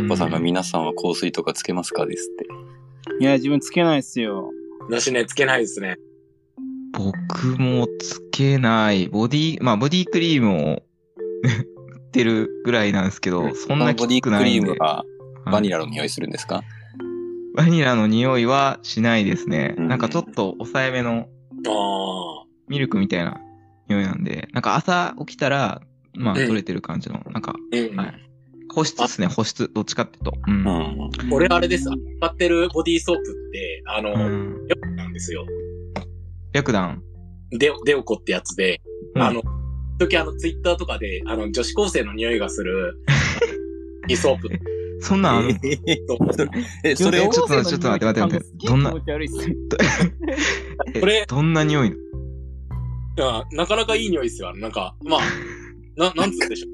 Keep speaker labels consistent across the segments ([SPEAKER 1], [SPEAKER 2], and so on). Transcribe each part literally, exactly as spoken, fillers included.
[SPEAKER 1] パさんが皆さんは香水とかつけますかですって。
[SPEAKER 2] いや、自分つけないっすよ。
[SPEAKER 3] 私ね、つけないですね。
[SPEAKER 4] 僕もつけない。ボディ、まあボディクリームを売ってるぐらいなんですけど、そんなきつくないんで。
[SPEAKER 1] ボディクリームはバニラの匂いするんですか？
[SPEAKER 4] バニラの匂いはしないですね。
[SPEAKER 1] うん、
[SPEAKER 4] なんかちょっと抑えめのミルクみたいな匂いなんで、なんか朝起きたら、まあ取れてる感じの、なんか、
[SPEAKER 3] うん
[SPEAKER 4] はい、保湿ですね、保湿。どっちかっていうと。うん
[SPEAKER 1] うん、
[SPEAKER 3] 俺あれです。使ってるボディーソープって、あの、
[SPEAKER 4] うん、
[SPEAKER 3] ヤクなんですよ。
[SPEAKER 4] ヤクダン。
[SPEAKER 3] デオ、デオコってやつで、
[SPEAKER 4] うん、
[SPEAKER 3] あの、時あの、ツイッターとかで、あの、女子高生の匂いがする、ボディーソープ。
[SPEAKER 4] そんなんある？
[SPEAKER 1] え、それを
[SPEAKER 4] ちょっと待って、ちょっと待って、待って、待って。どんな、
[SPEAKER 3] これ、
[SPEAKER 4] どんな匂い？
[SPEAKER 3] いや、なかなかいい匂いですよ。なんか、まあ、な、なんつうんでしょう。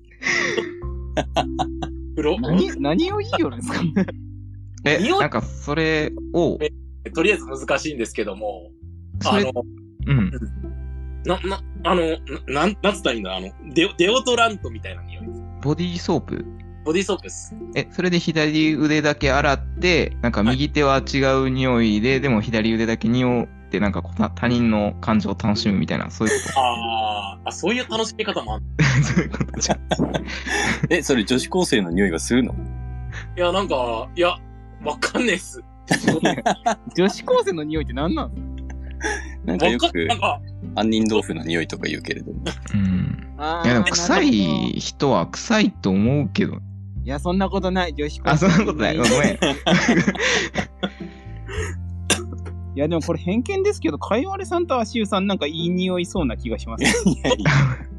[SPEAKER 3] 黒
[SPEAKER 2] 何、何を言いよるんですか
[SPEAKER 4] え、なんか、それを、
[SPEAKER 3] とりあえず難しいんですけども、
[SPEAKER 4] あの、うん。
[SPEAKER 3] な、な、あの、な、なんつったらいいんだ、あの、デ、デオドラントみたいな匂いです。
[SPEAKER 4] ボディーソープ？
[SPEAKER 3] ボディーソープです。
[SPEAKER 4] え、それで左腕だけ洗って、なんか右手は違う匂いで、はい、でも左腕だけ匂って、なんか他人の感情を楽しむみたいな、そういうこと。
[SPEAKER 3] ああ、そういう楽しみ方もある。
[SPEAKER 4] そういうことじゃん。
[SPEAKER 1] え、それ女子高生の匂いがするの？
[SPEAKER 3] いや、なんか、いや、わかんねえっす。
[SPEAKER 2] 女子高生の匂いって何なんですか？
[SPEAKER 1] なんかよく、杏仁豆腐の匂いとか言うけれども。
[SPEAKER 4] うん。いや、でも臭い人は臭いと思うけど。
[SPEAKER 2] いや、そんなことない、女子高生。
[SPEAKER 4] あ、そんなことない。ごめん。い
[SPEAKER 2] や、でもこれ偏見ですけど、かいわれさんと足湯さんなんかいい匂いそうな気がします。いやい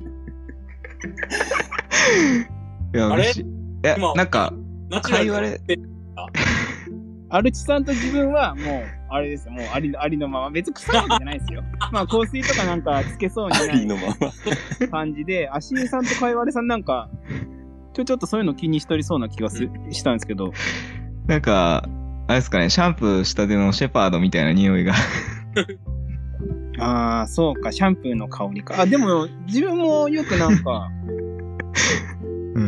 [SPEAKER 4] や、
[SPEAKER 3] あれ？
[SPEAKER 4] いや、なんか、かいわれ。
[SPEAKER 2] アルチさんと自分はもう、あれですよ、もうあり、ありのまま。別に臭いわけじゃないですよ。まあ、香水とかなんかつけそうにない感じで、足湯さんとかいわれさんなんか、ちょ、ちょっとそういうの気にしとりそうな気がすしたんですけど。
[SPEAKER 4] なんか、あれですかね、シャンプーしたてのシェパードみたいな匂いが。
[SPEAKER 2] ああ、そうか、シャンプーの香りか。あ、でも、自分もよくなんか、うん。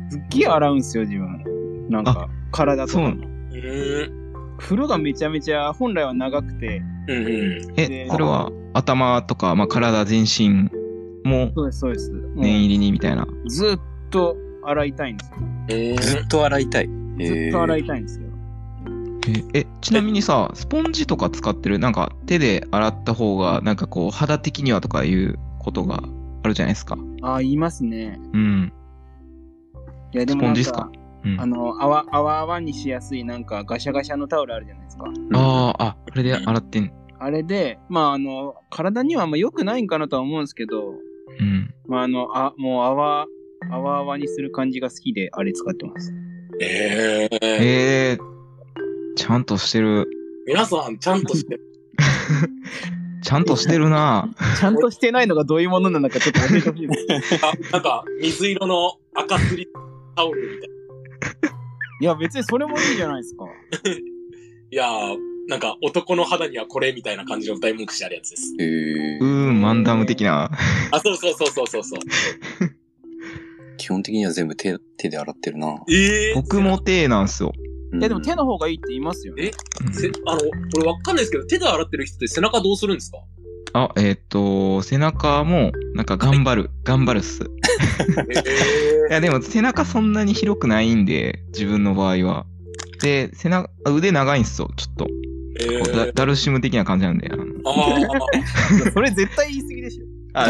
[SPEAKER 2] すっげえ洗うんすよ、自分。なんか、体とかも。風呂がめちゃめちゃ本来は長くて、
[SPEAKER 3] うんうん、
[SPEAKER 4] え、それは頭とか、まあ、体全身も
[SPEAKER 2] そうですそうです
[SPEAKER 4] 念入りにみたいな。
[SPEAKER 2] ずっと洗いたいんですよ。
[SPEAKER 1] えー、ずっと洗いたい。
[SPEAKER 2] ずっと洗いたいんですよ。
[SPEAKER 4] ええちなみにさ、スポンジとか使ってる？なんか手で洗った方がなんかこう肌的にはとかいうことがあるじゃないですか。
[SPEAKER 2] ああ、言いますね。
[SPEAKER 4] うん。
[SPEAKER 2] いやでもなんか
[SPEAKER 4] スポンジっすか？うん、
[SPEAKER 2] あの、あわ、あわあわにしやすいなんかガシャガシャのタオルあるじゃないですか。
[SPEAKER 4] ああ、あ、あれで洗ってん。
[SPEAKER 2] あれで、まああの、体にはあんま良くないんかなとは思うんですけど、
[SPEAKER 4] うん。
[SPEAKER 2] まああの、あ、もうあわ、あわあわにする感じが好きで、あれ使ってます。
[SPEAKER 3] えー。
[SPEAKER 4] えー、ちゃんとしてる。
[SPEAKER 3] 皆さん、ちゃんとしてる。
[SPEAKER 4] ちゃんとしてるな
[SPEAKER 2] ちゃんとしてないのがどういうものなのかちょっと教えてほしいです。
[SPEAKER 3] あ、なんか、水色の赤すりタオルみたいな。
[SPEAKER 2] いや、別にそれもいいじゃないですか。
[SPEAKER 3] いやー、なんか、男の肌にはこれみたいな感じの歌い文句してあるやつです。
[SPEAKER 1] へー。
[SPEAKER 4] うーん、マンダム的な。
[SPEAKER 3] あ、そうそうそうそうそうそう。
[SPEAKER 1] 基本的には全部手、手で洗ってるな。
[SPEAKER 3] えー、
[SPEAKER 4] 僕も手なんすよ。
[SPEAKER 2] いや、でも手の方がいいって言いますよね。
[SPEAKER 3] え、せあの、俺わかんないですけど、手で洗ってる人って背中どうするんですか？
[SPEAKER 4] あ、えっと、背中も、なんか頑張る。頑張るっす。いや、でも背中そんなに広くないんで、自分の場合は。で、背中、腕長いんすよ、ちょっと。えー、ダ, ダルシム的な感じなんで。あ
[SPEAKER 2] あそれ絶対言い過ぎでしょ。
[SPEAKER 4] あ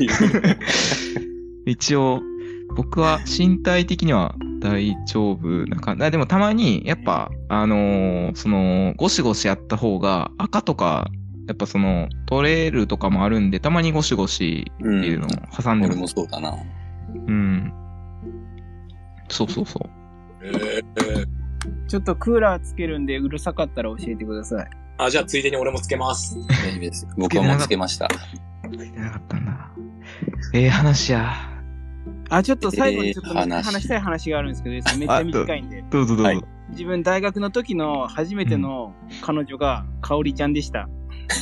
[SPEAKER 4] 一応、僕は身体的には大丈夫な感じ。でもたまに、やっぱ、あのー、その、ゴシゴシやった方が、赤とか、やっぱその、取れるとかもあるんで、たまにゴシゴシっていうのを挟んでる、
[SPEAKER 1] うん、俺もそうだな。
[SPEAKER 4] うん。そうそうそう。
[SPEAKER 3] えー、
[SPEAKER 2] ちょっとクーラーつけるんで、うるさかったら教えてください。
[SPEAKER 3] あ、じゃあついでに俺もつけます。
[SPEAKER 1] 大丈夫です。僕はもうつけました。
[SPEAKER 4] つけてなかったんだ。ええ話や。
[SPEAKER 2] あ、ちょっと最後にちょっと話したい話があるんですけど、めっちゃ短いんで。
[SPEAKER 4] どうぞどうぞ、はい。
[SPEAKER 2] 自分大学の時の初めての彼女がかおりちゃんでした。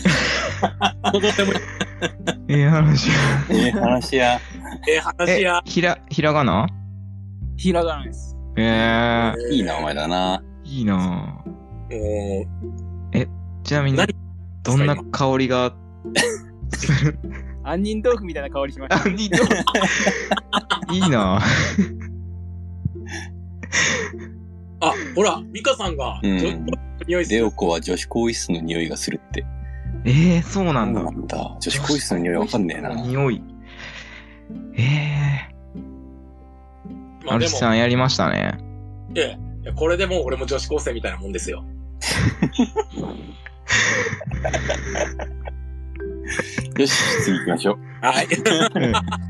[SPEAKER 4] ええ話や。
[SPEAKER 1] ええ話や。
[SPEAKER 3] ええ話や。
[SPEAKER 4] ひら、ひらがな？
[SPEAKER 2] ひらがなです。
[SPEAKER 4] えー、
[SPEAKER 1] いい名前だな。
[SPEAKER 4] いいなぁ。
[SPEAKER 3] も
[SPEAKER 4] え、ちなみに
[SPEAKER 3] 何、
[SPEAKER 4] どんな香りがする？
[SPEAKER 2] 杏仁豆腐みたいな香りしました。
[SPEAKER 4] 杏仁豆腐いいなぁ。
[SPEAKER 3] あ、ほら、ミカさんが、
[SPEAKER 1] うん
[SPEAKER 3] ちょっと匂いす
[SPEAKER 1] レ
[SPEAKER 3] る。
[SPEAKER 1] オコは女子更衣室の匂いがするって。
[SPEAKER 4] えー、そうなんだ。
[SPEAKER 1] なんだ。女子更衣室の匂いわかんねえな。
[SPEAKER 4] 匂い。えー。
[SPEAKER 3] まあでも
[SPEAKER 4] アルチさんやりましたね。
[SPEAKER 3] いやいや、これでもう俺も女子高生みたいなもんですよ。
[SPEAKER 1] よし、次行きましょう。
[SPEAKER 3] はい。